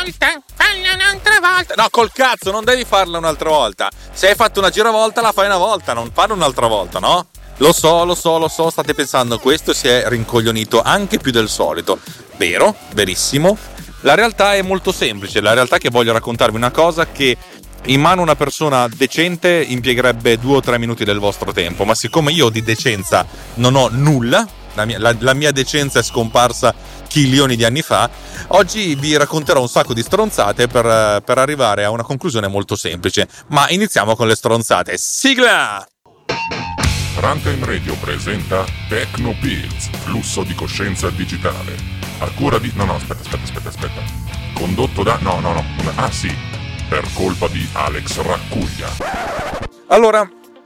volta, falla un'altra volta. No, col cazzo, non devi farla un'altra volta. Se hai fatto una giravolta, la fai una volta, non farla un'altra volta, no? Lo so, state pensando, questo si è rincoglionito anche più del solito. Vero, verissimo. La realtà è molto semplice, la realtà è che voglio raccontarvi una cosa che in mano una persona decente impiegherebbe 2 o 3 minuti del vostro tempo, ma siccome io di decenza non ho nulla, la mia decenza è scomparsa chilioni di anni fa, oggi vi racconterò un sacco di stronzate per arrivare a una conclusione molto semplice. Ma iniziamo con le stronzate. Sigla! Runtime Radio presenta Techno Pills, flusso di coscienza digitale. A cura di... No, aspetta. Condotto da... No. Ah sì, per colpa di Alex Raccuglia. Allora,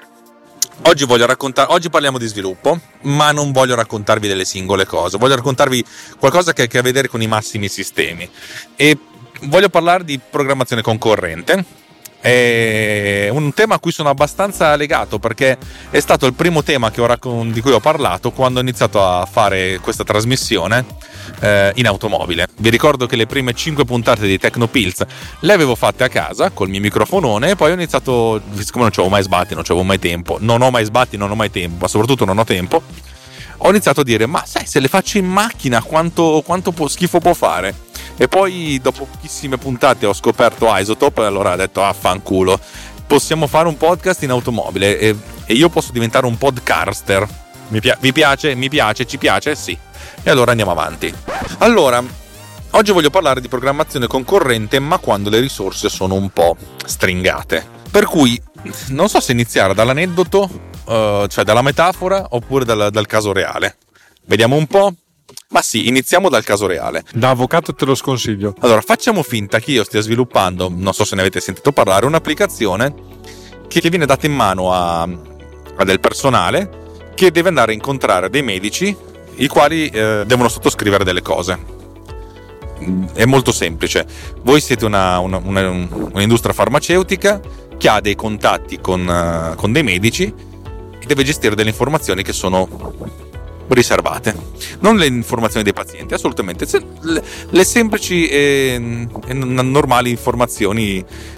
oggi parliamo di sviluppo, ma non voglio raccontarvi delle singole cose. Voglio raccontarvi qualcosa che ha a che vedere con i massimi sistemi. E voglio parlare di programmazione concorrente. È un tema a cui sono abbastanza legato perché è stato il primo tema di cui ho parlato quando ho iniziato a fare questa trasmissione in automobile. Vi ricordo che le prime 5 puntate di Techno Pills le avevo fatte a casa col mio microfonone e poi ho iniziato, siccome non c'avevo mai sbatti, non c'avevo mai tempo, non ho mai tempo, ma soprattutto non ho tempo, ho iniziato a dire: ma sai, se le faccio in macchina quanto schifo può fare? E poi dopo pochissime puntate ho scoperto Isotope e allora ho detto: affanculo, possiamo fare un podcast in automobile e io posso diventare un podcaster. Vi piace? Mi piace? Ci piace? Sì. E allora andiamo avanti. Allora, oggi voglio parlare di programmazione concorrente, ma quando le risorse sono un po' stringate. Per cui non so se iniziare dall'aneddoto, cioè dalla metafora, oppure dal caso reale. Vediamo un po'. Ma sì, iniziamo dal caso reale. Da avvocato te lo sconsiglio. Allora, facciamo finta che io stia sviluppando, non so se ne avete sentito parlare, un'applicazione che viene data in mano a del personale che deve andare a incontrare dei medici i quali devono sottoscrivere delle cose. È molto semplice. Voi siete un'industria farmaceutica che ha dei contatti con dei medici e deve gestire delle informazioni che sono riservate, non le informazioni dei pazienti, assolutamente, le semplici e normali informazioni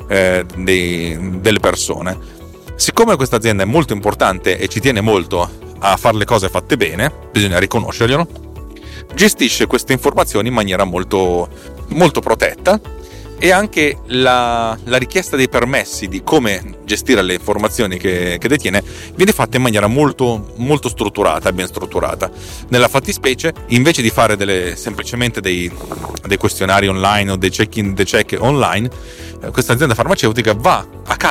delle persone. Siccome questa azienda è molto importante e ci tiene molto a fare le cose fatte bene, bisogna riconoscerglielo, gestisce queste informazioni in maniera molto, molto protetta, e anche la richiesta dei permessi di come gestire le informazioni che detiene viene fatta in maniera molto, molto strutturata, ben strutturata. Nella fattispecie, invece di fare semplicemente dei questionari online o dei check online, questa azienda farmaceutica va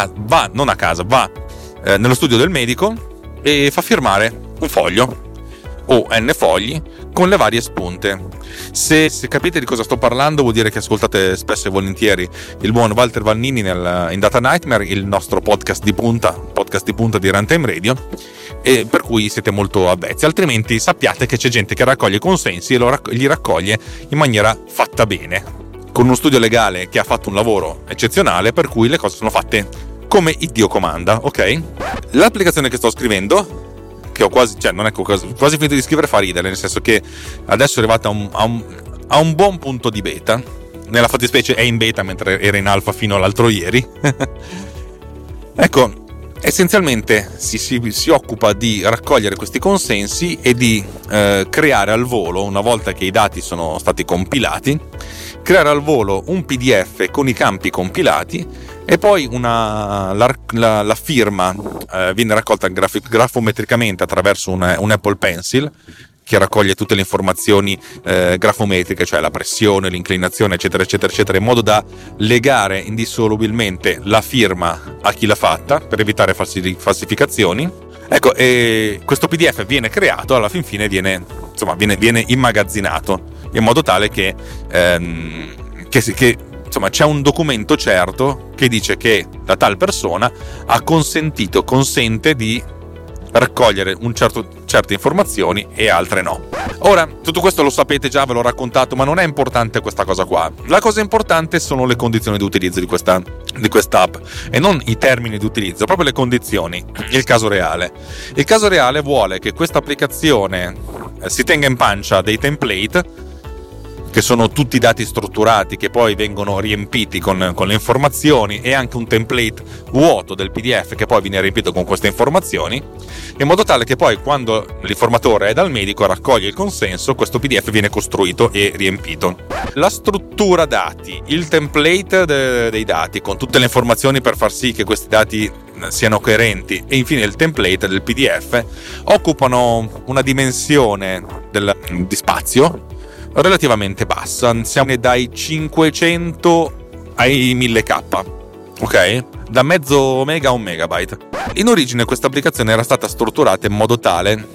nello studio del medico e fa firmare un foglio o n fogli con le varie spunte. Se capite di cosa sto parlando, vuol dire che ascoltate spesso e volentieri il buon Walter Vannini in Data Nightmare, il nostro podcast di punta di Runtime Radio, e per cui siete molto avvezzi. Altrimenti sappiate che c'è gente che raccoglie consensi e li raccoglie in maniera fatta bene, con uno studio legale che ha fatto un lavoro eccezionale, per cui le cose sono fatte come Iddio comanda, ok? L'applicazione che sto scrivendo, che ho quasi finito di scrivere, fa ridere, nel senso che adesso è arrivata a un buon punto di beta. Nella fattispecie è in beta, mentre era in alfa fino all'altro ieri. Ecco, essenzialmente si occupa di raccogliere questi consensi e di creare al volo, una volta che i dati sono stati compilati, creare al volo un PDF con i campi compilati, e poi la firma viene raccolta grafometricamente attraverso un Apple Pencil che raccoglie tutte le informazioni grafometriche, cioè la pressione, l'inclinazione, eccetera, in modo da legare indissolubilmente la firma a chi l'ha fatta per evitare falsificazioni. Ecco, e questo PDF viene creato, alla fin fine viene immagazzinato in modo tale che c'è un documento certo che dice che la tal persona consente di raccogliere certe informazioni e altre no. Ora, tutto questo lo sapete già, ve l'ho raccontato, ma non è importante questa cosa qua. La cosa importante sono le condizioni di utilizzo di questa app, e non i termini di utilizzo, proprio le condizioni, il caso reale. Il caso reale vuole che questa applicazione si tenga in pancia dei template che sono tutti dati strutturati che poi vengono riempiti con le informazioni, e anche un template vuoto del PDF che poi viene riempito con queste informazioni, in modo tale che poi quando l'informatore è dal medico raccoglie il consenso, questo PDF viene costruito e riempito. La struttura dati, il template dei dati con tutte le informazioni per far sì che questi dati siano coerenti, e infine il template del PDF occupano una dimensione di spazio relativamente bassa. Siamo dai 500 ai 1000K, ok? Da mezzo mega a un megabyte. In origine questa applicazione era stata strutturata in modo tale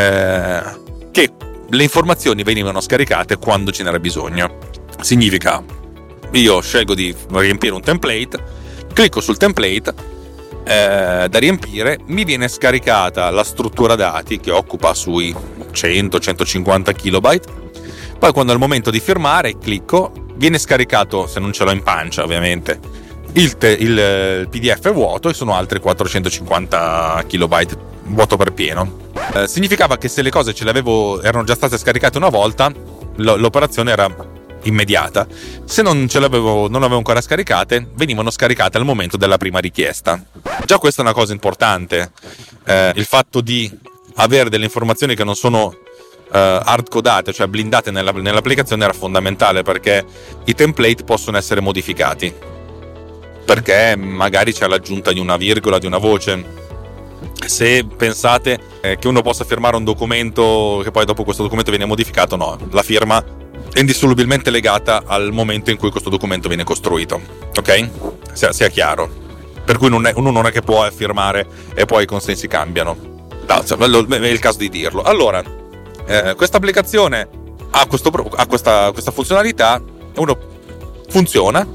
che le informazioni venivano scaricate quando ce n'era bisogno. Significa, io scelgo di riempire un template, clicco sul template da riempire, mi viene scaricata la struttura dati che occupa sui 100-150 kilobyte. Poi quando è il momento di firmare clicco, viene scaricato, se non ce l'ho in pancia ovviamente, il PDF vuoto, e sono altri 450 kilobyte vuoto per pieno. Significava che se le cose erano già state scaricate una volta, l'operazione era immediata. Se non avevo ancora scaricate, venivano scaricate al momento della prima richiesta. Già questa è una cosa importante, il fatto di avere delle informazioni che non sono hard codate, cioè blindate nell'applicazione, era fondamentale, perché i template possono essere modificati, perché magari c'è l'aggiunta di una virgola, di una voce. Se pensate che uno possa firmare un documento che poi dopo questo documento viene modificato, no, la firma è indissolubilmente legata al momento in cui questo documento viene costruito, ok? Sia chiaro. Per cui uno non è che può firmare e poi i consensi cambiano. No, è il caso di dirlo. Allora, questa applicazione ha questa funzionalità, funziona,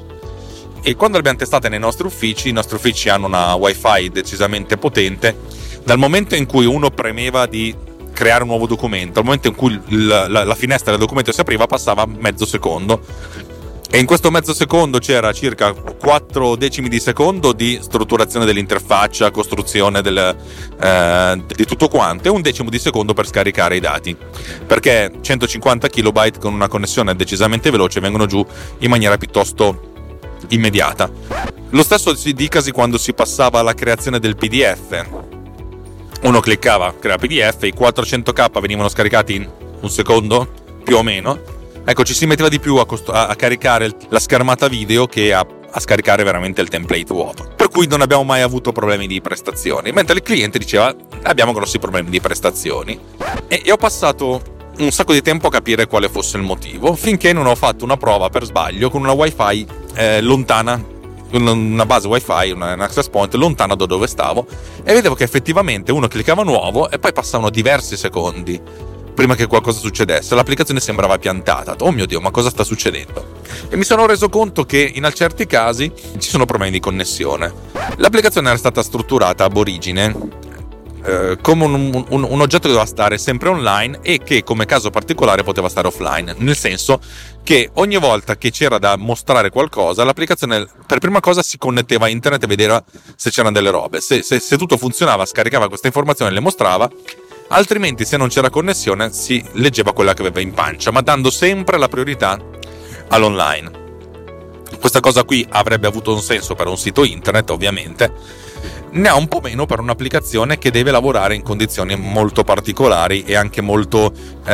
e quando l'abbiamo testata nei nostri uffici, i nostri uffici hanno una wifi decisamente potente. Dal momento in cui uno premeva di creare un nuovo documento, al momento in cui la finestra del documento si apriva, passava mezzo secondo, e in questo mezzo secondo c'era circa 4 decimi di secondo di strutturazione dell'interfaccia, costruzione di tutto quanto, e 1 decimo di secondo per scaricare i dati, perché 150 kilobyte con una connessione decisamente veloce vengono giù in maniera piuttosto immediata. Lo stesso si dicasi quando si passava alla creazione del PDF. Uno cliccava, crea PDF, i 400k venivano scaricati in 1 secondo, più o meno. Ecco, ci si metteva di più a caricare la schermata video che a scaricare veramente il template vuoto. Per cui non abbiamo mai avuto problemi di prestazioni, mentre il cliente diceva abbiamo grossi problemi di prestazioni. E ho passato un sacco di tempo a capire quale fosse il motivo, finché non ho fatto una prova per sbaglio con una wifi lontana, una base wifi, un access point lontana da dove stavo, e vedevo che effettivamente uno cliccava nuovo e poi passavano diversi secondi prima che qualcosa succedesse. L'applicazione sembrava piantata. Oh mio Dio, ma cosa sta succedendo? E mi sono reso conto che in certi casi ci sono problemi di connessione. L'applicazione era stata strutturata ab origine come un oggetto che doveva stare sempre online, e che come caso particolare poteva stare offline, nel senso che ogni volta che c'era da mostrare qualcosa, l'applicazione per prima cosa si connetteva a internet e vedeva se c'erano delle robe. Se tutto funzionava, scaricava queste informazioni e le mostrava, altrimenti se non c'era connessione si leggeva quella che aveva in pancia, ma dando sempre la priorità all'online. Questa cosa qui avrebbe avuto un senso per un sito internet, ovviamente. Ne ha un po' meno per un'applicazione che deve lavorare in condizioni molto particolari e anche molto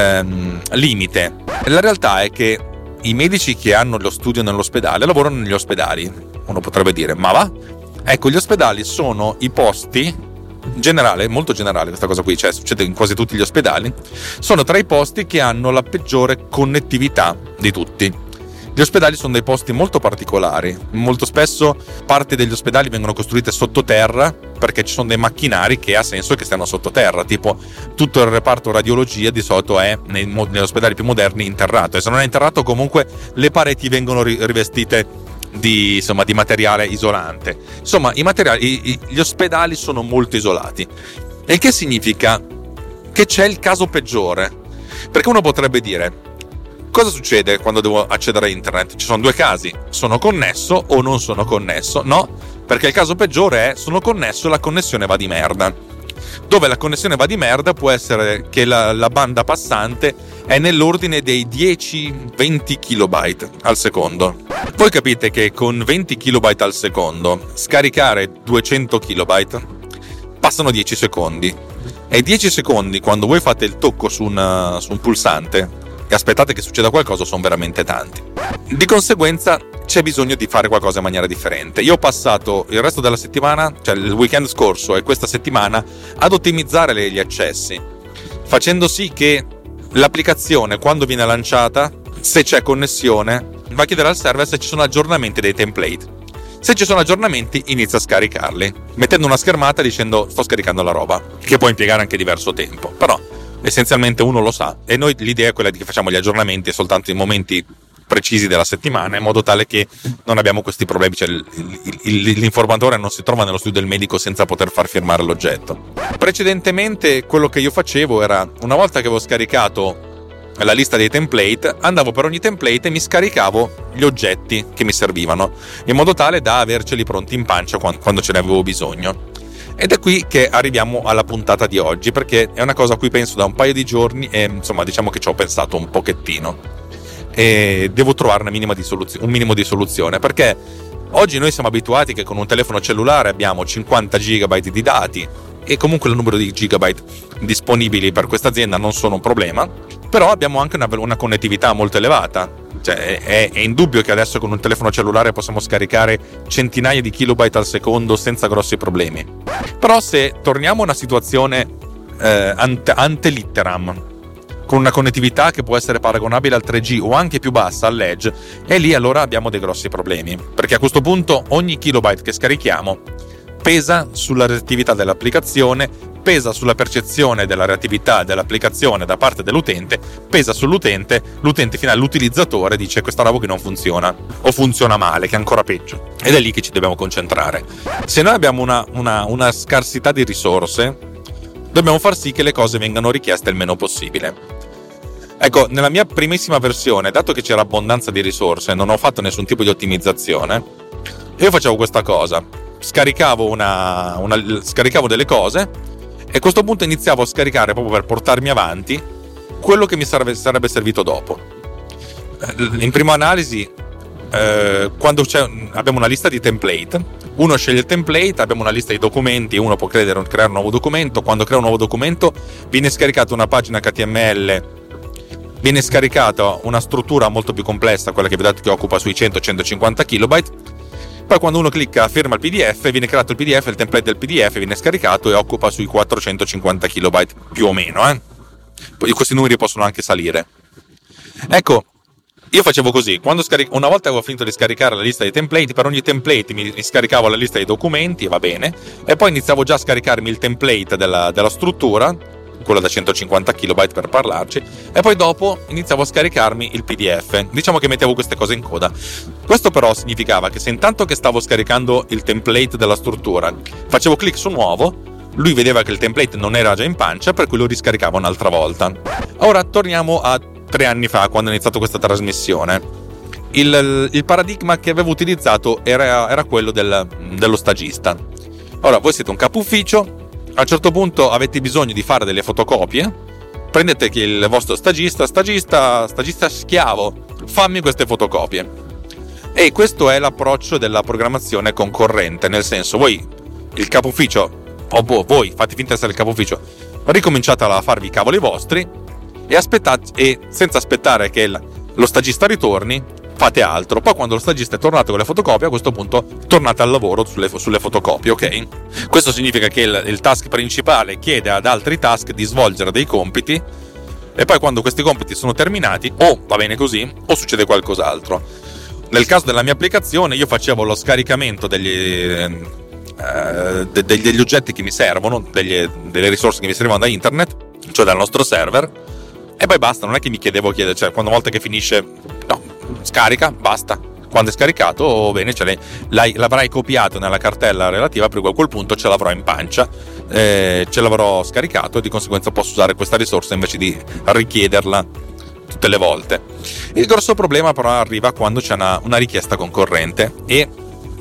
limite. La realtà è che i medici che hanno lo studio nell'ospedale lavorano negli ospedali. Uno potrebbe dire, ma va? Ecco, gli ospedali sono i posti, molto generale questa cosa qui, cioè succede in quasi tutti gli ospedali, sono tra i posti che hanno la peggiore connettività di tutti. Gli ospedali sono dei posti molto particolari, molto spesso parti degli ospedali vengono costruite sottoterra perché ci sono dei macchinari che ha senso che stiano sottoterra, tipo tutto il reparto radiologia di solito è negli ospedali più moderni interrato, e se non è interrato comunque le pareti vengono rivestite di materiale isolante. Insomma, gli ospedali sono molto isolati, il che significa che c'è il caso peggiore, perché uno potrebbe dire: cosa succede quando devo accedere a internet? Ci sono 2 casi: sono connesso o non sono connesso. No, perché il caso peggiore è sono connesso e la connessione va di merda. Dove la connessione va di merda può essere che la banda passante è nell'ordine dei 10-20 kilobyte al secondo. Voi capite che con 20 kilobyte al secondo scaricare 200 kilobyte passano 10 secondi. E 10 secondi, quando voi fate il tocco su un pulsante e aspettate che succeda qualcosa, sono veramente tanti. Di conseguenza c'è bisogno di fare qualcosa in maniera differente. Io ho passato il resto della settimana, cioè il weekend scorso e questa settimana, ad ottimizzare gli accessi, facendo sì che l'applicazione, quando viene lanciata, se c'è connessione, va a chiedere al server se ci sono aggiornamenti dei template. Se ci sono aggiornamenti, inizia a scaricarli, mettendo una schermata dicendo sto scaricando la roba, che può impiegare anche diverso tempo, però essenzialmente uno lo sa, e noi l'idea è quella di che facciamo gli aggiornamenti soltanto in momenti precisi della settimana, in modo tale che non abbiamo questi problemi, cioè l'informatore non si trova nello studio del medico senza poter far firmare l'oggetto. Precedentemente quello che io facevo era, una volta che avevo scaricato la lista dei template, andavo per ogni template e mi scaricavo gli oggetti che mi servivano, in modo tale da averceli pronti in pancia quando ce ne avevo bisogno. Ed è qui che arriviamo alla puntata di oggi, perché è una cosa a cui penso da un paio di giorni e insomma diciamo che ci ho pensato un pochettino e devo trovare un minimo di soluzione, perché oggi noi siamo abituati che con un telefono cellulare abbiamo 50 GB di dati e comunque il numero di gigabyte disponibili per questa azienda non sono un problema, però abbiamo anche una connettività molto elevata. Cioè, è indubbio che adesso con un telefono cellulare possiamo scaricare centinaia di kilobyte al secondo senza grossi problemi. Però se torniamo a una situazione ante litteram, con una connettività che può essere paragonabile al 3G o anche più bassa all'Edge, e lì allora abbiamo dei grossi problemi, perché a questo punto ogni kilobyte che scarichiamo pesa sulla reattività dell'applicazione, pesa sulla percezione della reattività dell'applicazione da parte dell'utente, pesa sull'utente, l'utente finale, l'utilizzatore, dice questa roba che non funziona o funziona male, che è ancora peggio, ed è lì che ci dobbiamo concentrare. Se noi abbiamo una scarsità di risorse, dobbiamo far sì che le cose vengano richieste il meno possibile. Ecco, nella mia primissima versione, dato che c'era abbondanza di risorse, non ho fatto nessun tipo di ottimizzazione, io facevo questa cosa: scaricavo scaricavo delle cose e a questo punto iniziavo a scaricare proprio per portarmi avanti quello che mi sarebbe servito dopo. In prima analisi, quando abbiamo una lista di template, uno sceglie il template, abbiamo una lista di documenti, uno può creare un nuovo documento. Quando crea un nuovo documento viene scaricata una pagina HTML, viene scaricata una struttura molto più complessa, quella che vedete che occupa sui 100-150 kilobyte. Poi quando uno clicca firma il PDF, viene creato il PDF, il template del PDF viene scaricato e occupa sui 450 kilobyte più o meno. Poi questi numeri possono anche salire. Ecco, io facevo così: una volta avevo finito di scaricare la lista dei template, per ogni template mi scaricavo la lista dei documenti, va bene, e poi iniziavo già a scaricarmi il template della struttura, quella da 150 kilobyte per parlarci, e poi dopo iniziavo a scaricarmi il PDF. Diciamo che mettevo queste cose in coda. Questo però significava che se intanto che stavo scaricando il template della struttura facevo clic su nuovo, lui vedeva che il template non era già in pancia, per cui lo riscaricava un'altra volta. Ora torniamo a 3 anni fa, quando ho iniziato questa trasmissione. Il paradigma che avevo utilizzato era quello dello stagista. Ora, voi siete un capo ufficio, a un certo punto avete bisogno di fare delle fotocopie, prendete il vostro stagista schiavo, fammi queste fotocopie. E questo è l'approccio della programmazione concorrente, nel senso, voi, il capo ufficio, voi fate finta di essere il capo ufficio, ricominciate a farvi i cavoli vostri e senza aspettare che lo stagista ritorni, fate altro. Poi quando lo stagista è tornato con le fotocopie, a questo punto tornate al lavoro sulle fotocopie, ok? Questo significa che il task principale chiede ad altri task di svolgere dei compiti, e poi quando questi compiti sono terminati, o va bene così o succede qualcos'altro. Nel caso della mia applicazione io facevo lo scaricamento degli oggetti che mi servono, delle risorse che mi servivano da internet, cioè dal nostro server, e poi basta. Non è che mi chiedevo, cioè quando una volta che finisce, no, scarica, basta. Quando è scaricato, bene, l'avrai copiato nella cartella relativa, per cui a quel punto ce l'avrò in pancia, ce l'avrò scaricato e di conseguenza posso usare questa risorsa invece di richiederla tutte le volte. Il grosso problema però arriva quando c'è una richiesta concorrente, e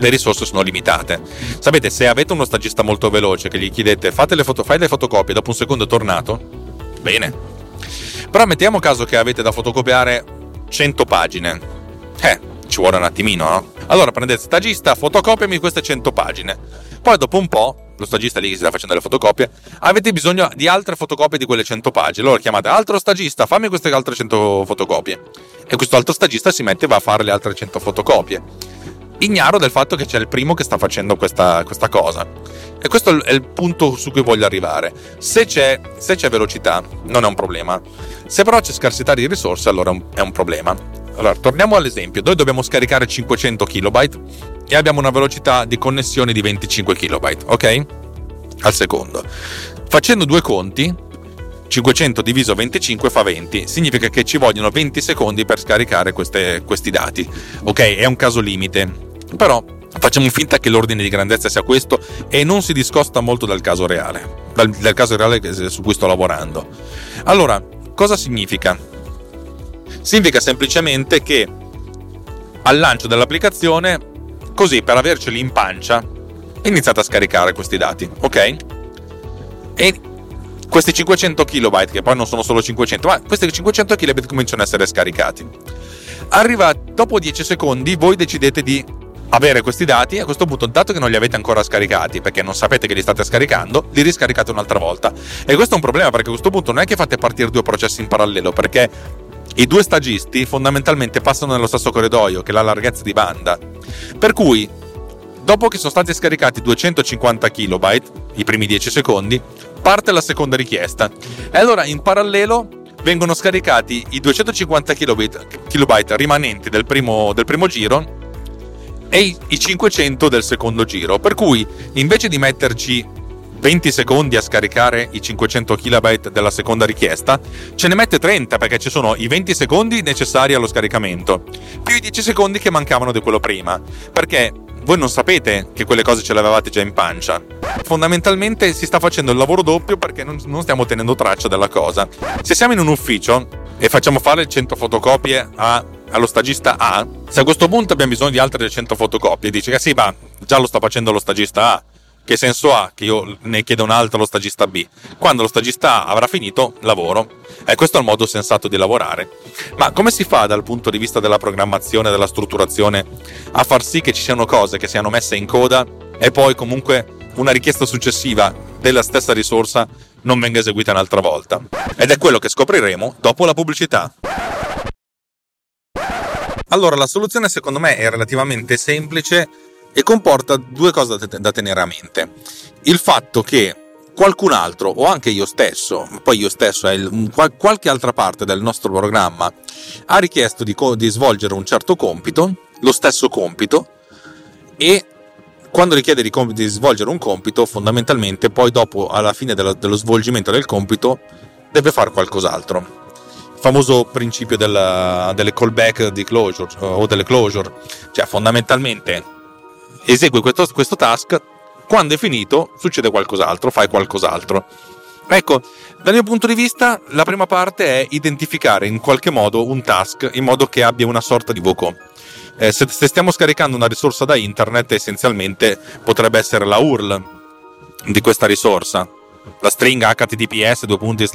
le risorse sono limitate. Sapete, se avete uno stagista molto veloce che gli chiedete fai le fotocopie, dopo un secondo è tornato, bene. Però mettiamo caso che avete da fotocopiare 100 pagine, ci vuole un attimino, no? Allora prendete il stagista, fotocopiami queste 100 pagine, poi dopo un po' lo stagista lì che si sta facendo le fotocopie, avete bisogno di altre fotocopie di quelle 100 pagine, allora chiamate altro stagista, fammi queste altre 100 fotocopie, e questo altro stagista si mette e va a fare le altre 100 fotocopie, ignaro del fatto che c'è il primo che sta facendo questa cosa. E questo è il punto su cui voglio arrivare. Se c'è velocità non è un problema, se però c'è scarsità di risorse allora è un problema. Allora torniamo all'esempio, noi dobbiamo scaricare 500 kilobyte e abbiamo una velocità di connessione di 25 kilobyte, ok? Al secondo. Facendo due conti, 500 diviso 25 fa 20, significa che ci vogliono 20 secondi per scaricare questi dati, ok? È un caso limite, però facciamo finta che l'ordine di grandezza sia questo e non si discosta molto dal caso reale, dal caso reale su cui sto lavorando. Allora, cosa significa? Significa semplicemente che al lancio dell'applicazione, così per averceli in pancia, iniziate a scaricare questi dati, ok? E questi 500 kilobyte, che poi non sono solo 500, ma questi 500 kilobyte cominciano a essere scaricati. Arriva dopo 10 secondi, voi decidete di avere questi dati, e a questo punto, dato che non li avete ancora scaricati perché non sapete che li state scaricando, li riscaricate un'altra volta. E questo è un problema, perché a questo punto non è che fate partire due processi in parallelo, perché i due stagisti fondamentalmente passano nello stesso corridoio, che è la larghezza di banda, per cui dopo che sono stati scaricati 250 kilobyte, i primi 10 secondi, parte la seconda richiesta, e allora in parallelo vengono scaricati i 250 kilobyte rimanenti del primo giro e i 500 del secondo giro, per cui invece di metterci 20 secondi a scaricare i 500 kilobyte della seconda richiesta, ce ne mette 30, perché ci sono i 20 secondi necessari allo scaricamento più i 10 secondi che mancavano di quello prima, perché voi non sapete che quelle cose ce le avevate già in pancia. Fondamentalmente si sta facendo il lavoro doppio, perché non stiamo tenendo traccia della cosa. Se siamo in un ufficio e facciamo fare 100 fotocopie allo stagista A, se a questo punto abbiamo bisogno di altre 100 fotocopie, dice che sì, ma già lo sta facendo lo stagista A, che senso ha che io ne chiedo un'altra allo stagista B? Quando lo stagista A avrà finito, lavoro. E questo è il modo sensato di lavorare. Ma come si fa dal punto di vista della programmazione, della strutturazione, a far sì che ci siano cose che siano messe in coda e poi comunque una richiesta successiva della stessa risorsa non venga eseguita un'altra volta? Ed è quello che scopriremo dopo la pubblicità. Allora, la soluzione secondo me è relativamente semplice e comporta due cose da tenere a mente. Il fatto che qualcun altro, o anche io stesso, poi io stesso è qualche altra parte del nostro programma, ha richiesto di svolgere un certo compito, lo stesso compito, e quando richiede di svolgere un compito, fondamentalmente poi dopo, alla fine dello svolgimento del compito, deve fare qualcos'altro. Il famoso principio delle callback di closure o delle closure, cioè fondamentalmente esegui questo task, quando è finito succede qualcos'altro, fai qualcos'altro. Ecco, dal mio punto di vista la prima parte è identificare in qualche modo un task in modo che abbia una sorta di voco. Se stiamo scaricando una risorsa da internet, essenzialmente potrebbe essere la URL di questa risorsa, la stringa https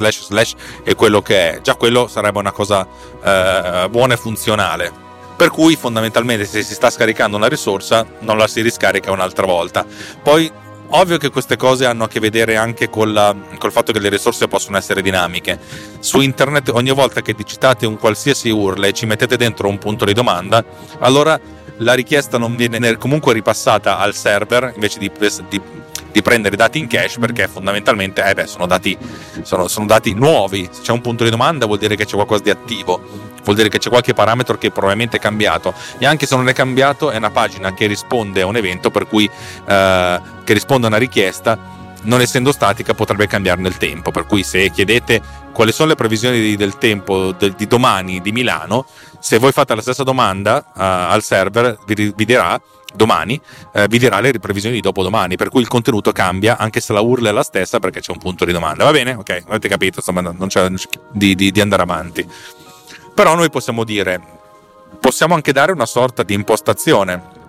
/ e quello che è. Già quello sarebbe una cosa buona e funzionale. Per cui fondamentalmente se si sta scaricando una risorsa non la si riscarica un'altra volta. Poi ovvio che queste cose hanno a che vedere anche col fatto che le risorse possono essere dinamiche. Su internet ogni volta che digitate un qualsiasi URL e ci mettete dentro un punto di domanda, allora la richiesta non viene comunque ripassata al server invece di prendere i dati in cache, perché fondamentalmente sono dati nuovi. Se c'è un punto di domanda vuol dire che c'è qualcosa di attivo, vuol dire che c'è qualche parametro che probabilmente è cambiato, e anche se non è cambiato è una pagina che risponde a un evento, per cui che risponde a una richiesta, non essendo statica potrebbe cambiare nel tempo, per cui se chiedete quali sono le previsioni del tempo di domani di Milano, se voi fate la stessa domanda al server vi dirà domani, vi dirà le previsioni di dopodomani, per cui il contenuto cambia anche se la URL è la stessa, perché c'è un punto di domanda. Va bene? Ok, avete capito, insomma non c'è di andare avanti. Però noi possiamo anche dare una sorta di impostazione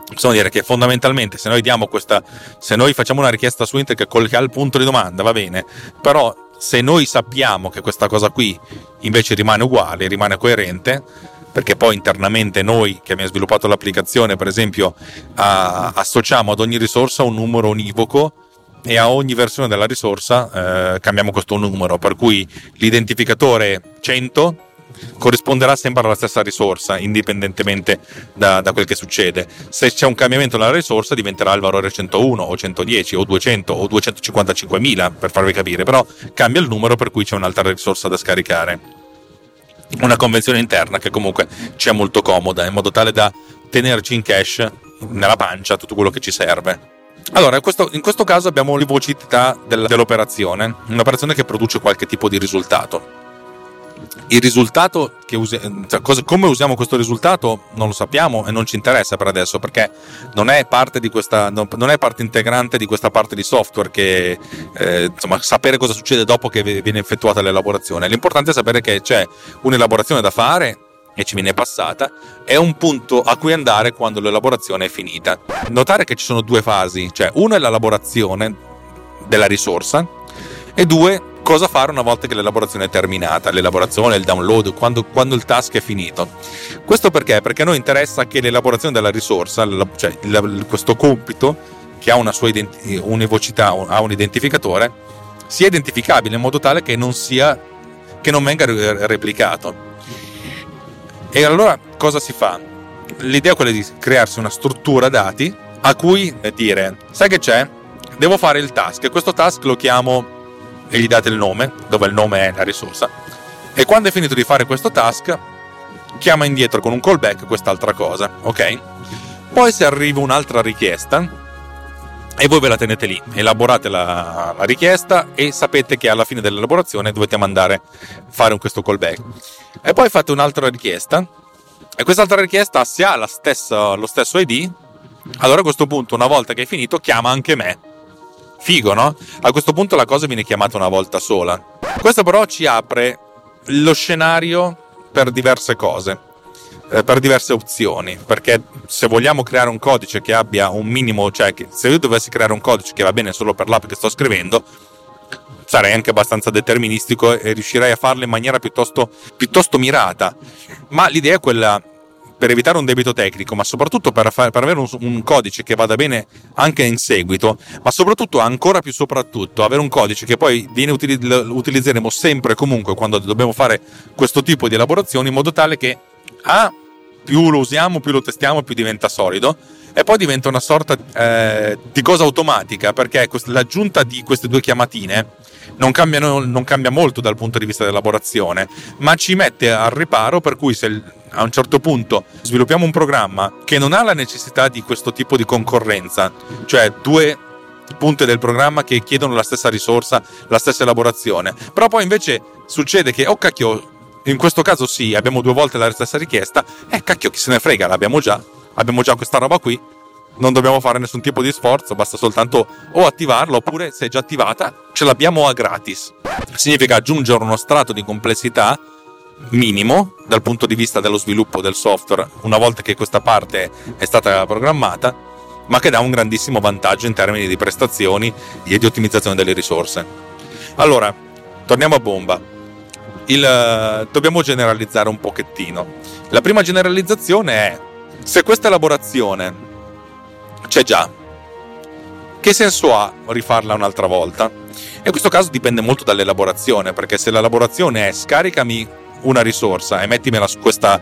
Possiamo dire che fondamentalmente se noi facciamo una richiesta su internet che ha il punto di domanda, va bene, però se noi sappiamo che questa cosa qui invece rimane uguale, rimane coerente, perché poi internamente noi che abbiamo sviluppato l'applicazione, per esempio, associamo ad ogni risorsa un numero univoco e a ogni versione della risorsa cambiamo questo numero, per cui l'identificatore 100 corrisponderà sempre alla stessa risorsa indipendentemente da quel che succede. Se c'è un cambiamento nella risorsa diventerà il valore 101 o 110 o 200 o 255.000, per farvi capire, però cambia il numero, per cui c'è un'altra risorsa da scaricare. Una convenzione interna che comunque ci è molto comoda, in modo tale da tenerci in cache nella pancia tutto quello che ci serve. Allora, in questo caso abbiamo l'univocità dell'operazione, un'operazione che produce qualche tipo di risultato. Il risultato come usiamo questo risultato non lo sappiamo e non ci interessa per adesso, perché non è parte integrante di questa parte di software che sapere cosa succede dopo che viene effettuata l'elaborazione. L'importante è sapere che c'è un'elaborazione da fare e ci viene passata, è un punto a cui andare quando l'elaborazione è finita. Notare che ci sono due fasi, cioè uno è l'elaborazione della risorsa e due cosa fare una volta che l'elaborazione è terminata, l'elaborazione, il download, quando il task è finito. Questo perché? Perché a noi interessa che l'elaborazione della risorsa, cioè questo compito che ha una sua univocità, ha un identificatore, sia identificabile in modo tale che non venga replicato. E allora cosa si fa? L'idea è quella di crearsi una struttura dati a cui dire: sai che c'è? Devo fare il task, e questo task lo chiamo, e gli date il nome, dove il nome è la risorsa, e quando è finito di fare questo task chiama indietro con un callback quest'altra cosa, ok? Poi se arriva un'altra richiesta e voi ve la tenete lì, elaborate la richiesta e sapete che alla fine dell'elaborazione dovete fare questo callback, e poi fate un'altra richiesta e quest'altra richiesta, se ha lo stesso ID, allora a questo punto, una volta che è finito, chiama anche me. Figo, no? A questo punto la cosa viene chiamata una volta sola. Questo però ci apre lo scenario per diverse cose, per diverse opzioni, perché se vogliamo creare un codice che abbia un minimo, cioè che se io dovessi creare un codice che va bene solo per l'app che sto scrivendo, sarei anche abbastanza deterministico e riuscirei a farlo in maniera piuttosto mirata. Ma l'idea è quella, per evitare un debito tecnico, ma soprattutto per avere un codice che vada bene anche in seguito, ma soprattutto, ancora più soprattutto, avere un codice che poi utilizzeremo sempre e comunque quando dobbiamo fare questo tipo di elaborazioni, in modo tale che più lo usiamo, più lo testiamo, più diventa solido, e poi diventa una sorta di cosa automatica, perché l'aggiunta di queste due chiamatine non cambia molto dal punto di vista dell'elaborazione, ma ci mette al riparo, per cui se a un certo punto sviluppiamo un programma che non ha la necessità di questo tipo di concorrenza, cioè due punte del programma che chiedono la stessa risorsa, la stessa elaborazione, però poi invece succede che, oh cacchio, in questo caso sì, abbiamo due volte la stessa richiesta, cacchio, chi se ne frega, abbiamo già questa roba qui, non dobbiamo fare nessun tipo di sforzo, basta soltanto o attivarla, oppure se è già attivata ce l'abbiamo a gratis. Significa aggiungere uno strato di complessità minimo dal punto di vista dello sviluppo del software una volta che questa parte è stata programmata, ma che dà un grandissimo vantaggio in termini di prestazioni e di ottimizzazione delle risorse. Allora, torniamo a bomba. Dobbiamo generalizzare un pochettino. La prima generalizzazione è: se questa elaborazione c'è già, che senso ha rifarla un'altra volta? In questo caso dipende molto dall'elaborazione, perché se l'elaborazione è scaricami una risorsa e mettimela su questa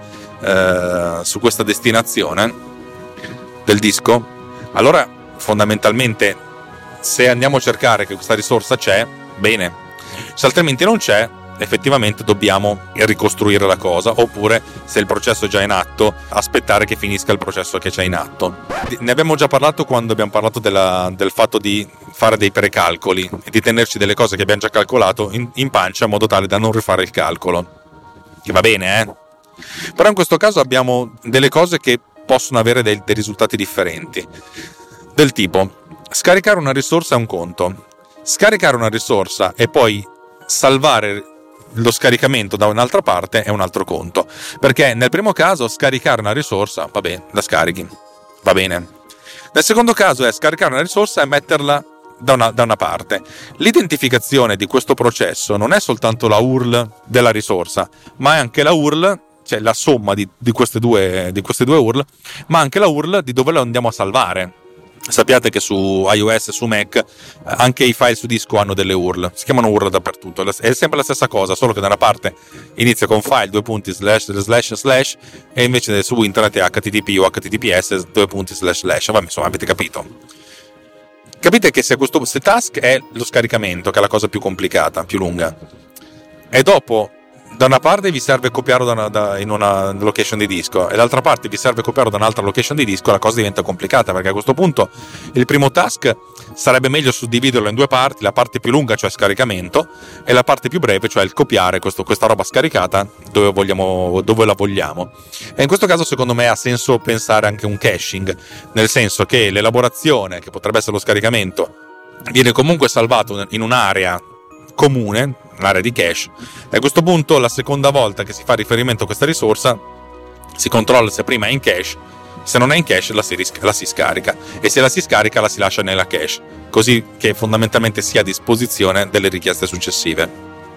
destinazione del disco, allora fondamentalmente se andiamo a cercare che questa risorsa c'è, bene, se altrimenti non c'è, effettivamente dobbiamo ricostruire la cosa, oppure se il processo è già in atto, aspettare che finisca il processo che c'è in atto. Ne abbiamo già parlato quando abbiamo parlato del fatto di fare dei precalcoli e di tenerci delle cose che abbiamo già calcolato in pancia, in modo tale da non rifare il calcolo, che va bene, però in questo caso abbiamo delle cose che possono avere dei risultati differenti, del tipo: scaricare una risorsa è un conto, scaricare una risorsa e poi salvare lo scaricamento da un'altra parte è un altro conto, perché nel primo caso scaricare una risorsa, vabbè, la scarichi, Va bene. Nel secondo caso è scaricare una risorsa e metterla da una parte. L'identificazione di questo processo non è soltanto la URL della risorsa, ma è anche la URL, cioè la somma di queste due URL, ma anche la URL di dove la andiamo a salvare. Sappiate che su iOS e su Mac anche i file su disco hanno delle URL, si chiamano URL dappertutto, è sempre la stessa cosa, solo che da una parte inizia con file // e invece su internet è http o https // vabbè, insomma, avete capito. Capite che se task è lo scaricamento, che è la cosa più complicata, più lunga, e dopo da una parte vi serve copiarlo in una location di disco e dall'altra parte vi serve copiarlo da un'altra location di disco, la cosa diventa complicata, perché a questo punto il primo task sarebbe meglio suddividerlo in due parti, la parte più lunga, cioè scaricamento, e la parte più breve, cioè il copiare questa roba scaricata dove la vogliamo. E in questo caso secondo me ha senso pensare anche un caching, nel senso che l'elaborazione, che potrebbe essere lo scaricamento, viene comunque salvato in un'area comune, un'area di cache, e a questo punto la seconda volta che si fa riferimento a questa risorsa si controlla se prima è in cache, se non è in cache la si scarica, e se la si scarica la si lascia nella cache, così che fondamentalmente sia a disposizione delle richieste successive.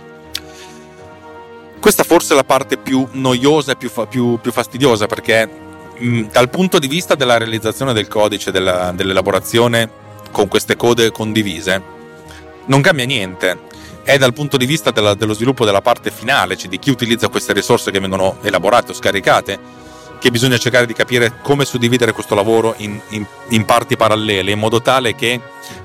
Questa forse è la parte più noiosa e più fastidiosa, perché dal punto di vista della realizzazione del codice, dell'elaborazione con queste code condivise, non cambia niente. È dal punto di vista dello sviluppo della parte finale, cioè di chi utilizza queste risorse che vengono elaborate o scaricate, che bisogna cercare di capire come suddividere questo lavoro in parti parallele, in modo tale che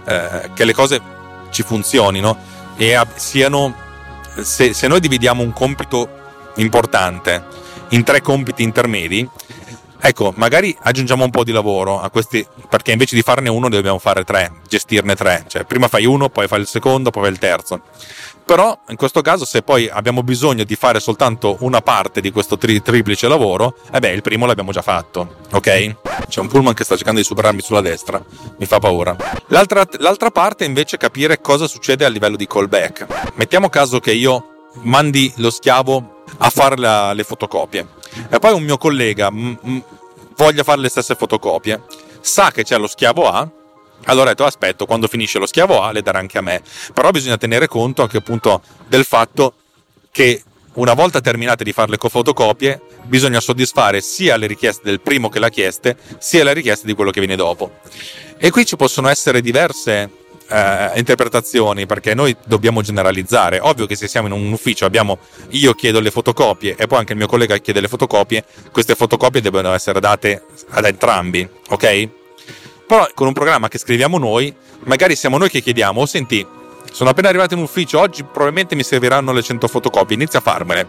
le cose ci funzionino e siano. Se noi dividiamo un compito importante in 3 compiti intermedi, ecco, magari aggiungiamo un po' di lavoro a questi, perché invece di farne uno ne dobbiamo fare 3, gestirne 3, cioè prima fai uno, poi fai il secondo, poi fai il terzo. Però in questo caso, se poi abbiamo bisogno di fare soltanto una parte di questo triplice lavoro, il primo l'abbiamo già fatto, ok? C'è un pullman che sta cercando di superarmi sulla destra, mi fa paura. L'altra parte invece è capire cosa succede a livello di callback. Mettiamo caso che io mandi lo schiavo a fare le fotocopie e poi un mio collega voglia fare le stesse fotocopie, sa che c'è lo schiavo A, allora ho detto aspetto, quando finisce lo schiavo A le darà anche a me. Però bisogna tenere conto anche appunto del fatto che una volta terminate di fare le fotocopie bisogna soddisfare sia le richieste del primo che l'ha chieste, sia le richieste di quello che viene dopo, e qui ci possono essere diverse interpretazioni, perché noi dobbiamo generalizzare. Ovvio che se siamo in un ufficio io chiedo le fotocopie e poi anche il mio collega chiede le fotocopie, queste fotocopie devono essere date ad entrambi, ok? Però con un programma che scriviamo noi, magari siamo noi che chiediamo: senti, sono appena arrivato in ufficio, oggi probabilmente mi serviranno le 100 fotocopie, inizia a farmele.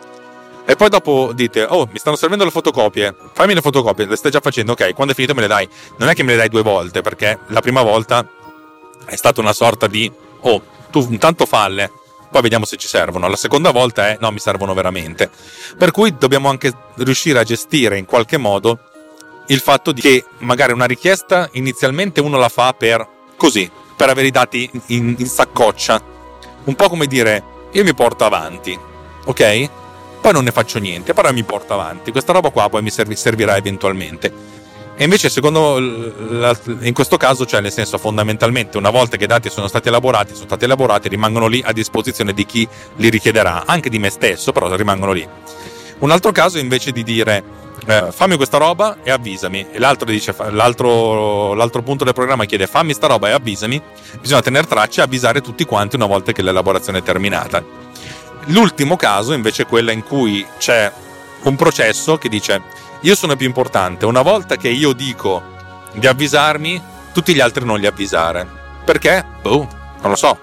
E poi dopo dite: oh, mi stanno servendo le fotocopie, fammi le fotocopie, le stai già facendo, ok, quando è finito me le dai. Non è che me le dai 2 volte, perché la prima volta è stata una sorta di oh, tu intanto falle, poi vediamo se ci servono. La seconda volta è no, mi servono veramente. Per cui dobbiamo anche riuscire a gestire in qualche modo il fatto di che magari una richiesta inizialmente uno la fa per avere i dati in saccoccia, un po' come dire io mi porto avanti, ok? Poi non ne faccio niente, però mi porto avanti, questa roba qua poi mi servirà eventualmente. E invece secondo in questo caso, cioè nel senso, fondamentalmente una volta che i dati sono stati elaborati, rimangono lì a disposizione di chi li richiederà, anche di me stesso, però rimangono lì. Un altro caso invece di dire fammi questa roba e avvisami, e l'altro dice l'altro punto del programma chiede fammi sta roba e avvisami, bisogna tenere traccia e avvisare tutti quanti una volta che l'elaborazione è terminata. L'ultimo caso invece è quella in cui c'è un processo che dice io sono più importante, una volta che io dico di avvisarmi tutti gli altri non li avvisare, perché? Non lo so,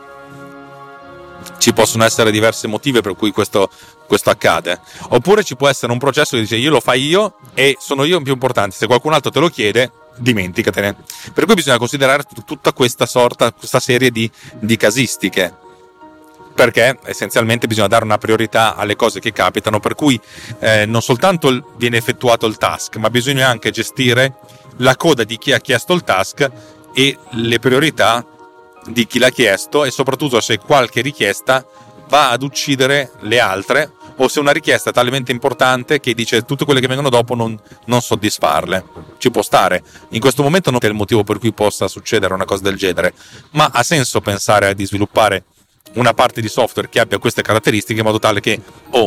ci possono essere diversi motivi per cui questo accade, oppure ci può essere un processo che dice io lo fai io e sono io più importante, se qualcun altro te lo chiede dimenticatene. Per cui bisogna considerare tutta questa serie di casistiche, perché essenzialmente bisogna dare una priorità alle cose che capitano, per cui non soltanto viene effettuato il task, ma bisogna anche gestire la coda di chi ha chiesto il task e le priorità di chi l'ha chiesto, e soprattutto se qualche richiesta va ad uccidere le altre o se una richiesta è talmente importante che dice tutte quelle che vengono dopo non soddisfarle. Ci può stare. In questo momento non è il motivo per cui possa succedere una cosa del genere, ma ha senso pensare di sviluppare una parte di software che abbia queste caratteristiche in modo tale che,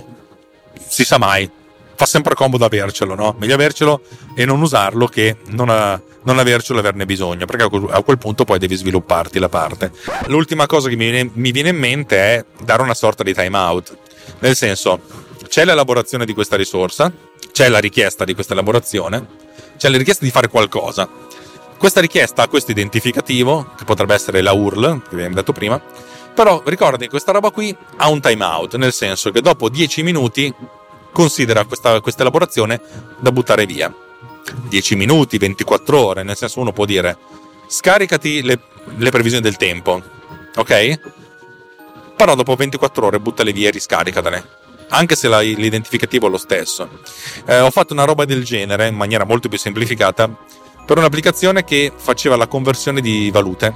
si sa mai, fa sempre comodo avercelo, no? Meglio avercelo e non usarlo che non avercelo e averne bisogno, perché a quel punto poi devi svilupparti la parte. L'ultima cosa che mi viene in mente è dare una sorta di timeout, nel senso, c'è l'elaborazione di questa risorsa, c'è la richiesta di questa elaborazione, c'è la richiesta di fare qualcosa. Questa richiesta ha questo identificativo, che potrebbe essere la URL, che abbiamo detto prima, però ricordati che questa roba qui ha un timeout, nel senso che dopo 10 minuti considera questa elaborazione da buttare via. 10 minuti, 24 ore, nel senso, uno può dire scaricati le previsioni del tempo, ok? Però dopo 24 ore buttale via e riscaricatele, anche se l'identificativo è lo stesso. Ho fatto una roba del genere in maniera molto più semplificata per un'applicazione che faceva la conversione di valute.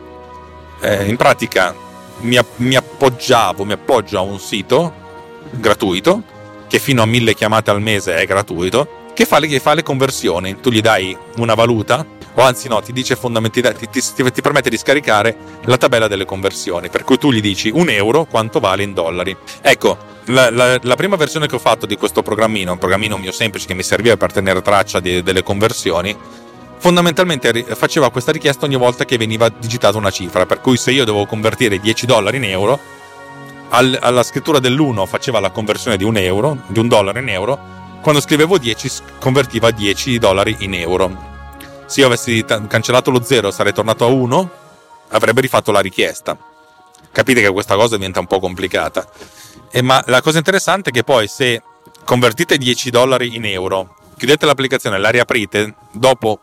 In pratica mi appoggio a un sito gratuito che fino a 1000 chiamate al mese è gratuito, che fa le conversioni. Tu gli dai una valuta, o anzi no, ti dice fondamentalmente, ti permette di scaricare la tabella delle conversioni, per cui tu gli dici €1 quanto vale in dollari. Ecco, la prima versione che ho fatto di questo programmino, un programmino mio semplice che mi serviva per tenere traccia delle conversioni, fondamentalmente faceva questa richiesta ogni volta che veniva digitata una cifra, per cui se io dovevo convertire $10 in euro, alla scrittura dell'1 faceva la conversione di €1, di $1 in euro, quando scrivevo 10 convertiva $10 in euro. Se io avessi cancellato lo 0 sarei tornato a 1, avrebbe rifatto la richiesta. Capite che questa cosa diventa un po' complicata. Ma la cosa interessante è che poi se convertite $10 in euro, chiudete l'applicazione e la riaprite dopo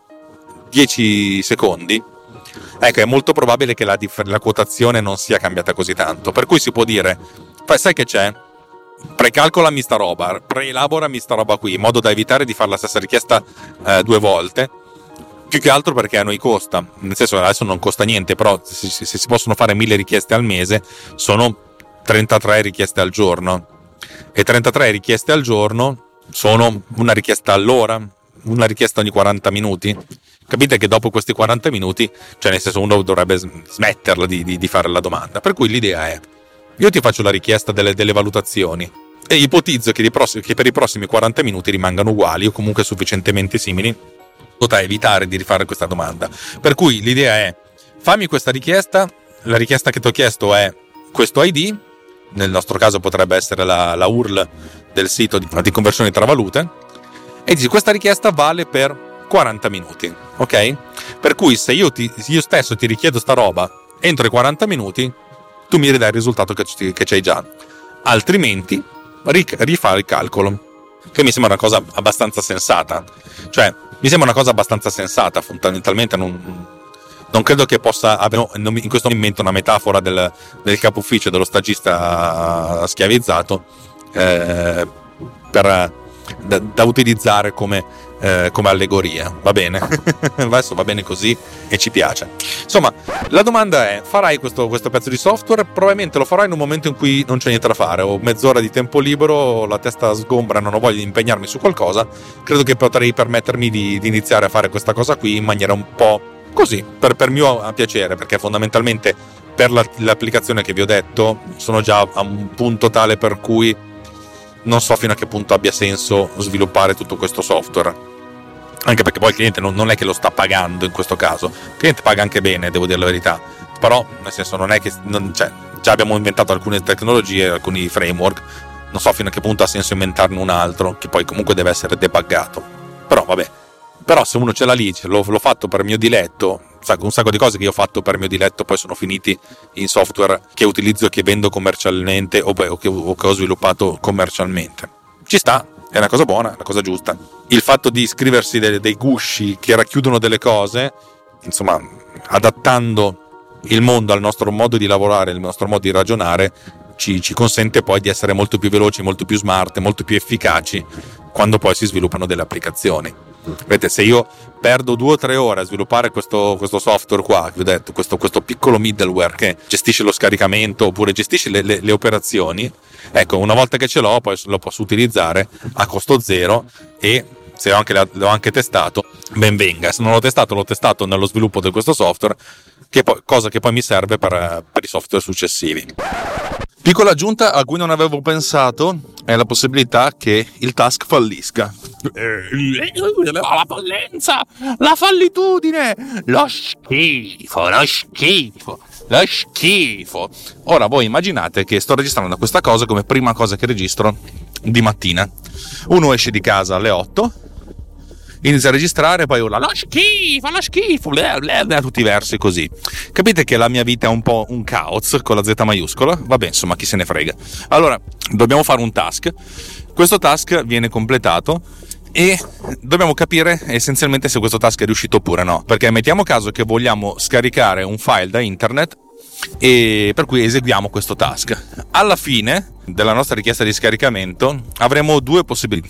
10 secondi, ecco, è molto probabile che la quotazione non sia cambiata così tanto. Per cui si può dire, sai che c'è? Precalcolami sta roba, preelaborami sta roba qui, in modo da evitare di fare la stessa richiesta 2 volte. Più che altro perché a noi costa, nel senso che adesso non costa niente, però se si possono fare 1000 richieste al mese, sono 33 richieste al giorno. E 33 richieste al giorno sono una richiesta all'ora, una richiesta ogni 40 minuti. Capite che dopo questi 40 minuti, cioè nel senso, uno dovrebbe smetterla di fare la domanda. Per cui l'idea è, io ti faccio la richiesta delle valutazioni e ipotizzo che per i prossimi 40 minuti rimangano uguali o comunque sufficientemente simili da evitare di rifare questa domanda. Per cui l'idea è, fammi questa richiesta, la richiesta che ti ho chiesto è questo ID, nel nostro caso potrebbe essere la URL del sito di conversione tra valute, e dici questa richiesta vale per 40 minuti, ok? Per cui se io stesso ti richiedo sta roba entro i 40 minuti, tu mi ridai il risultato che c'hai già, altrimenti rifare il calcolo, che mi sembra una cosa abbastanza sensata. Cioè, mi sembra una cosa abbastanza sensata, fondamentalmente non credo che possa avere, in questo momento, una metafora del capo ufficio, dello stagista schiavizzato, da utilizzare come allegoria. Va bene? Adesso va bene così e ci piace. Insomma, la domanda è, farai questo pezzo di software? Probabilmente lo farai in un momento in cui non c'è niente da fare, ho mezz'ora di tempo libero, la testa sgombra, non ho voglia di impegnarmi su qualcosa. Credo che potrei permettermi di iniziare a fare questa cosa qui in maniera un po' così, per mio piacere, perché fondamentalmente per l'applicazione che vi ho detto sono già a un punto tale per cui non so fino a che punto abbia senso sviluppare tutto questo software. Anche perché poi il cliente non è che lo sta pagando in questo caso, il cliente paga anche bene, devo dire la verità, però nel senso non è che già abbiamo inventato alcune tecnologie, alcuni framework, non so fino a che punto ha senso inventarne un altro che poi comunque deve essere debuggato. Però vabbè, però se uno ce l'ha lì, l'ho fatto per mio diletto, un sacco di cose che io ho fatto per mio diletto poi sono finiti in software che utilizzo e che vendo commercialmente o che ho sviluppato commercialmente. Ci sta, è una cosa buona, è una cosa giusta. Il fatto di scriversi dei gusci che racchiudono delle cose, insomma, adattando il mondo al nostro modo di lavorare, al nostro modo di ragionare, ci consente poi di essere molto più veloci, molto più smart, molto più efficaci quando poi si sviluppano delle applicazioni. Vedete, se io perdo 2 o 3 ore a sviluppare questo software qua, vi ho detto, questo piccolo middleware che gestisce lo scaricamento oppure gestisce le operazioni, ecco, una volta che ce l'ho poi lo posso utilizzare a costo zero, e se l'ho anche testato, ben venga. Se non l'ho testato nello sviluppo di questo software, cosa che poi mi serve per i software successivi. Piccola aggiunta a cui non avevo pensato è la possibilità che il task fallisca. La pollenza, la fallitudine, lo schifo. Ora voi immaginate che sto registrando questa cosa come prima cosa che registro di mattina. Uno esce di casa alle 8, inizia a registrare, poi urla lo schifo, a tutti i versi così. Capite che la mia vita è un po' un caos con la Z maiuscola? Vabbè, insomma, chi se ne frega. Allora, dobbiamo fare un task. Questo task viene completato e dobbiamo capire essenzialmente se questo task è riuscito oppure no, perché mettiamo caso che vogliamo scaricare un file da internet e per cui eseguiamo questo task. Alla fine della nostra richiesta di scaricamento avremo 2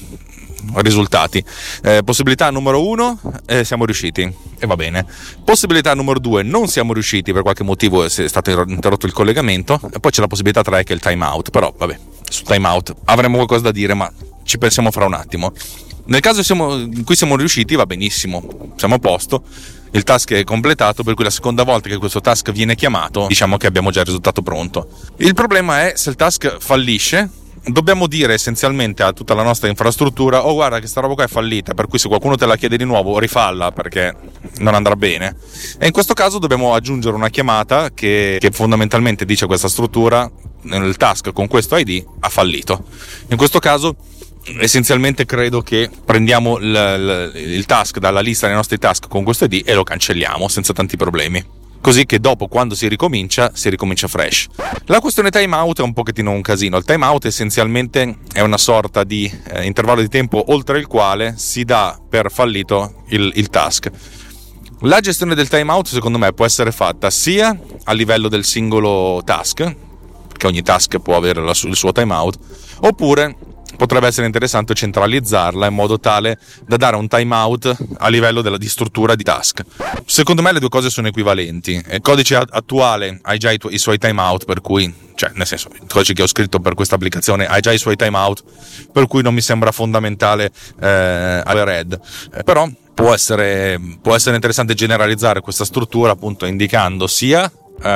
risultati. Possibilità numero 1, siamo riusciti e va bene. Possibilità numero 2, non siamo riusciti, per qualche motivo è stato interrotto il collegamento, e poi c'è la possibilità 3 che è il timeout. Però vabbè, sul timeout avremo qualcosa da dire, ma ci pensiamo fra un attimo. Nel caso in cui siamo riusciti, va benissimo, siamo a posto, il task è completato, per cui la seconda volta che questo task viene chiamato diciamo che abbiamo già il risultato pronto. Il problema è se il task fallisce, dobbiamo dire essenzialmente a tutta la nostra infrastruttura: oh, guarda che sta roba qua è fallita, per cui se qualcuno te la chiede di nuovo rifalla perché non andrà bene. E in questo caso dobbiamo aggiungere una chiamata che fondamentalmente dice a questa struttura: nel task con questo ID ha fallito. In questo caso essenzialmente credo che prendiamo il task dalla lista dei nostri task con questo ID e lo cancelliamo senza tanti problemi, così che dopo, quando si ricomincia fresh. La questione timeout è un pochettino un casino. Il timeout essenzialmente è una sorta di intervallo di tempo oltre il quale si dà per fallito il task. La gestione del timeout secondo me può essere fatta sia a livello del singolo task, perché ogni task può avere il suo timeout, oppure potrebbe essere interessante centralizzarla in modo tale da dare un timeout a livello di struttura di task. Secondo me le 2 cose sono equivalenti. Il codice attuale ha già i suoi timeout, per cui, cioè, nel senso, il codice che ho scritto per questa applicazione ha già i suoi timeout, per cui non mi sembra fondamentale avere red. Però può essere interessante generalizzare questa struttura, appunto indicando sia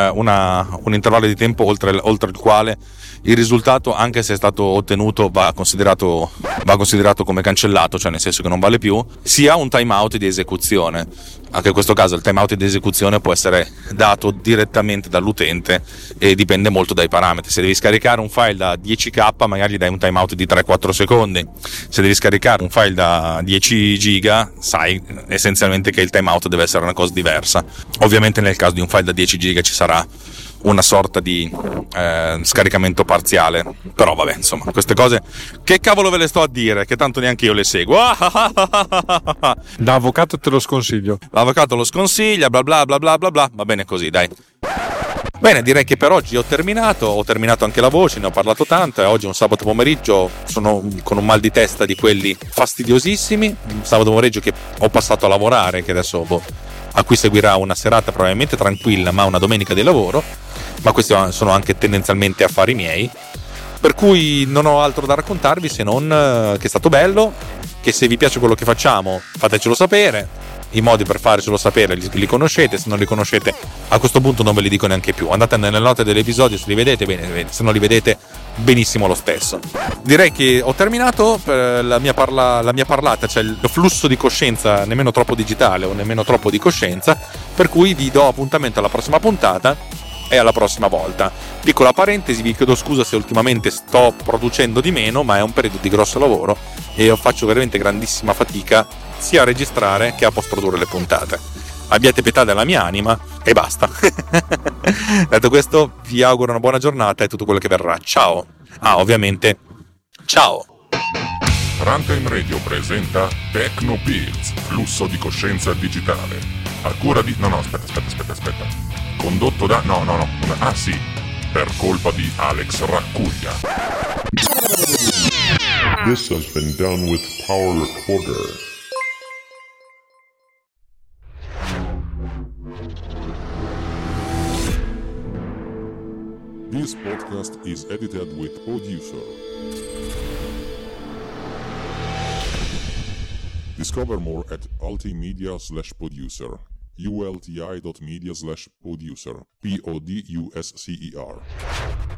un intervallo di tempo oltre il quale il risultato, anche se è stato ottenuto, va considerato come cancellato, cioè nel senso che non vale più, sia un timeout di esecuzione. Anche in questo caso il timeout di esecuzione può essere dato direttamente dall'utente e dipende molto dai parametri. Se devi scaricare un file da 10k magari gli dai un timeout di 3-4 secondi. Se devi scaricare un file da 10 giga sai essenzialmente che il timeout deve essere una cosa diversa. Ovviamente nel caso di un file da 10 giga ci sarà una sorta di scaricamento parziale, però vabbè, insomma, queste cose che cavolo ve le sto a dire, che tanto neanche io le seguo. Da avvocato te lo sconsiglio. L'avvocato lo sconsiglia, bla bla bla bla bla bla, va bene così, dai. Bene, direi che per oggi ho terminato anche la voce, ne ho parlato tanto, e oggi è un sabato pomeriggio, sono con un mal di testa di quelli fastidiosissimi, un sabato pomeriggio che ho passato a lavorare, che adesso a cui seguirà una serata probabilmente tranquilla, ma una domenica di lavoro, ma questi sono anche tendenzialmente affari miei, per cui non ho altro da raccontarvi se non che è stato bello, che se vi piace quello che facciamo fatecelo sapere. I modi per farcelo sapere li conoscete, se non li conoscete a questo punto non ve li dico neanche più, andate nelle note dell'episodio, se li vedete bene, se non li vedete benissimo lo stesso. Direi che ho terminato la mia parlata, cioè il flusso di coscienza nemmeno troppo digitale o nemmeno troppo di coscienza, per cui vi do appuntamento alla prossima puntata e alla prossima volta. Piccola parentesi, vi chiedo scusa se ultimamente sto producendo di meno, ma è un periodo di grosso lavoro e io faccio veramente grandissima fatica sia a registrare che a post-produrre le puntate. Abbiate pietà della mia anima e basta. Detto questo, vi auguro una buona giornata e tutto quello che verrà. Ciao. Ovviamente, ciao. Runtime Radio presenta Techno Pills, flusso di coscienza digitale. A cura di... No, aspetta. Condotto da... No. Ah, sì. Per colpa di Alex Raccuglia. This has been done with Power Recorder. This podcast is edited with Producer. Discover more at ultimedia/producer. ulti.media/producer. PODUSCER.